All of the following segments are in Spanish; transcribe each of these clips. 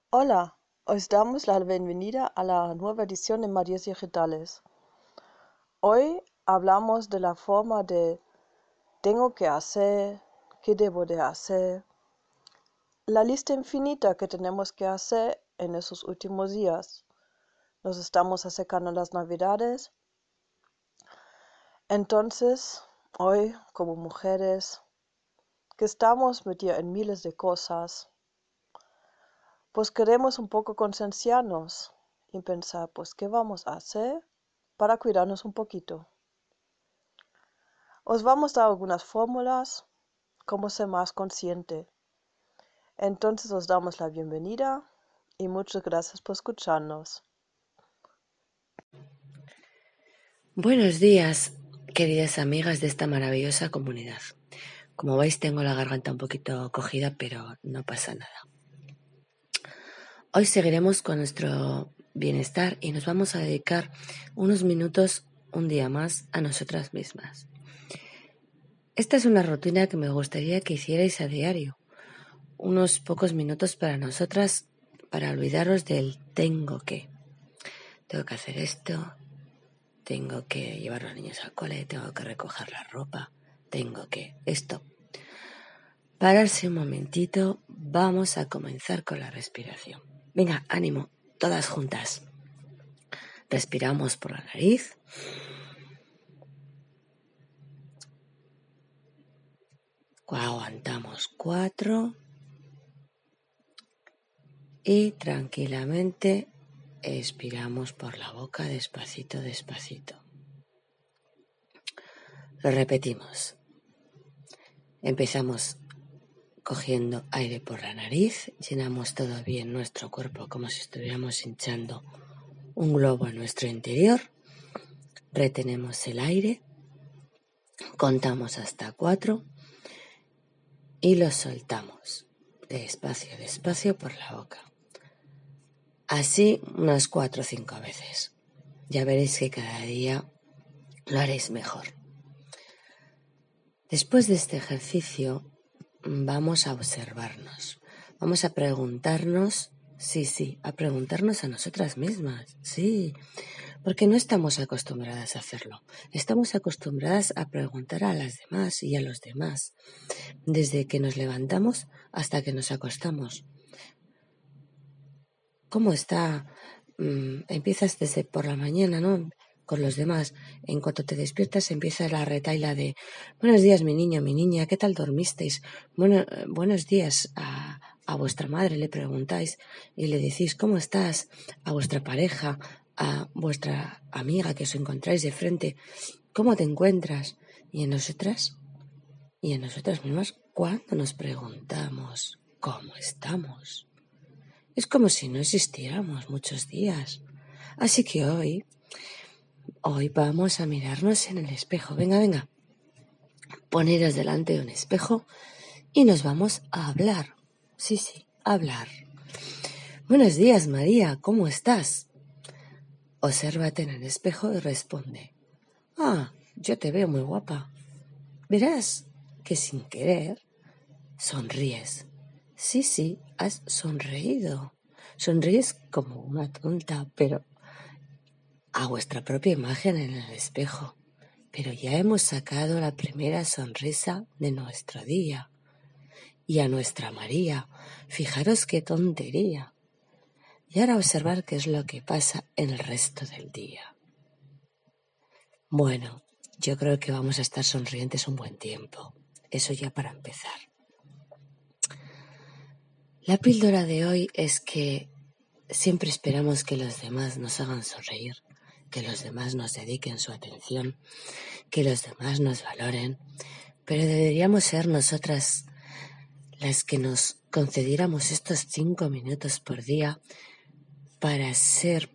Hola, os damos la bienvenida a la nueva edición de Marías Digitales. Hoy hablamos de la forma de tengo que hacer, qué debo de hacer, la lista infinita que tenemos que hacer en esos últimos días. Nos estamos acercando a las Navidades, entonces hoy como mujeres que estamos metidas en miles de cosas, pues queremos un poco concienciarnos y pensar, pues, ¿qué vamos a hacer para cuidarnos un poquito? Os vamos a dar algunas fórmulas, cómo ser más consciente. Entonces os damos la bienvenida y muchas gracias por escucharnos. Buenos días, queridas amigas de esta maravillosa comunidad. Como veis, tengo la garganta un poquito cogida, pero no pasa nada. Hoy seguiremos con nuestro bienestar y nos vamos a dedicar unos minutos, un día más, a nosotras mismas. Esta es una rutina que me gustaría que hicierais a diario. Unos pocos minutos para nosotras, para olvidaros del tengo que. Tengo que hacer esto, tengo que llevar a los niños al cole, tengo que recoger la ropa, tengo que esto. Pararse un momentito, vamos a comenzar con la respiración. Venga, ánimo, todas juntas. Respiramos por la nariz. Aguantamos 4 y tranquilamente expiramos por la boca despacito, despacito. Lo repetimos. Empezamos cogiendo aire por la nariz, llenamos todo bien nuestro cuerpo como si estuviéramos hinchando un globo en nuestro interior, retenemos el aire, contamos hasta 4 y lo soltamos despacio, despacio por la boca. Así unas 4 o 5 veces. Ya veréis que cada día lo haréis mejor. Después de este ejercicio vamos a observarnos, vamos a preguntarnos, a preguntarnos a nosotras mismas, porque no estamos acostumbradas a hacerlo. Estamos acostumbradas a preguntar a las demás y a los demás, desde que nos levantamos hasta que nos acostamos. ¿Cómo está? Empiezas desde por la mañana, ¿no? Con los demás. En cuanto te despiertas empieza la retahíla de buenos días, mi niño, mi niña, ¿qué tal dormisteis? Buenos días a vuestra madre, le preguntáis y le decís ¿cómo estás? A vuestra pareja, a vuestra amiga que os encontráis de frente, ¿cómo te encuentras? Y en nosotras mismas, ¿cuándo nos preguntamos cómo estamos? Es como si no existiéramos muchos días. Así que hoy vamos a mirarnos en el espejo. Venga. Poneros delante de un espejo y nos vamos a hablar. Hablar. Buenos días, María, ¿cómo estás? Obsérvate en el espejo y responde. Yo te veo muy guapa. Verás que sin querer sonríes. Has sonreído. Sonríes como una tonta, pero a vuestra propia imagen en el espejo. Pero ya hemos sacado la primera sonrisa de nuestro día. Y a nuestra María, fijaros qué tontería. Y ahora observar qué es lo que pasa en el resto del día. Bueno, yo creo que vamos a estar sonrientes un buen tiempo. Eso ya para empezar. La píldora de hoy es que siempre esperamos que los demás nos hagan sonreír, que los demás nos dediquen su atención, que los demás nos valoren, pero deberíamos ser nosotras las que nos concediéramos estos 5 minutos por día para ser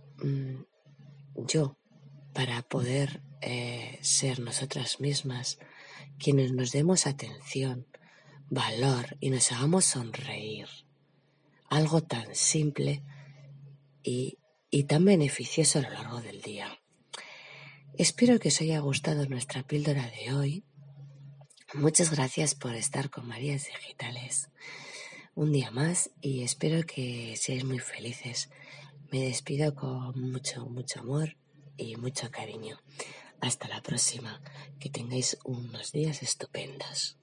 para poder ser nosotras mismas, quienes nos demos atención, valor y nos hagamos sonreír. Algo tan simple y tan beneficioso a lo largo del día. Espero que os haya gustado nuestra píldora de hoy. Muchas gracias por estar con Marías Digitales. un día más y espero que seáis muy felices. Me despido con mucho, mucho amor y mucho cariño. Hasta la próxima. Que tengáis unos días estupendos.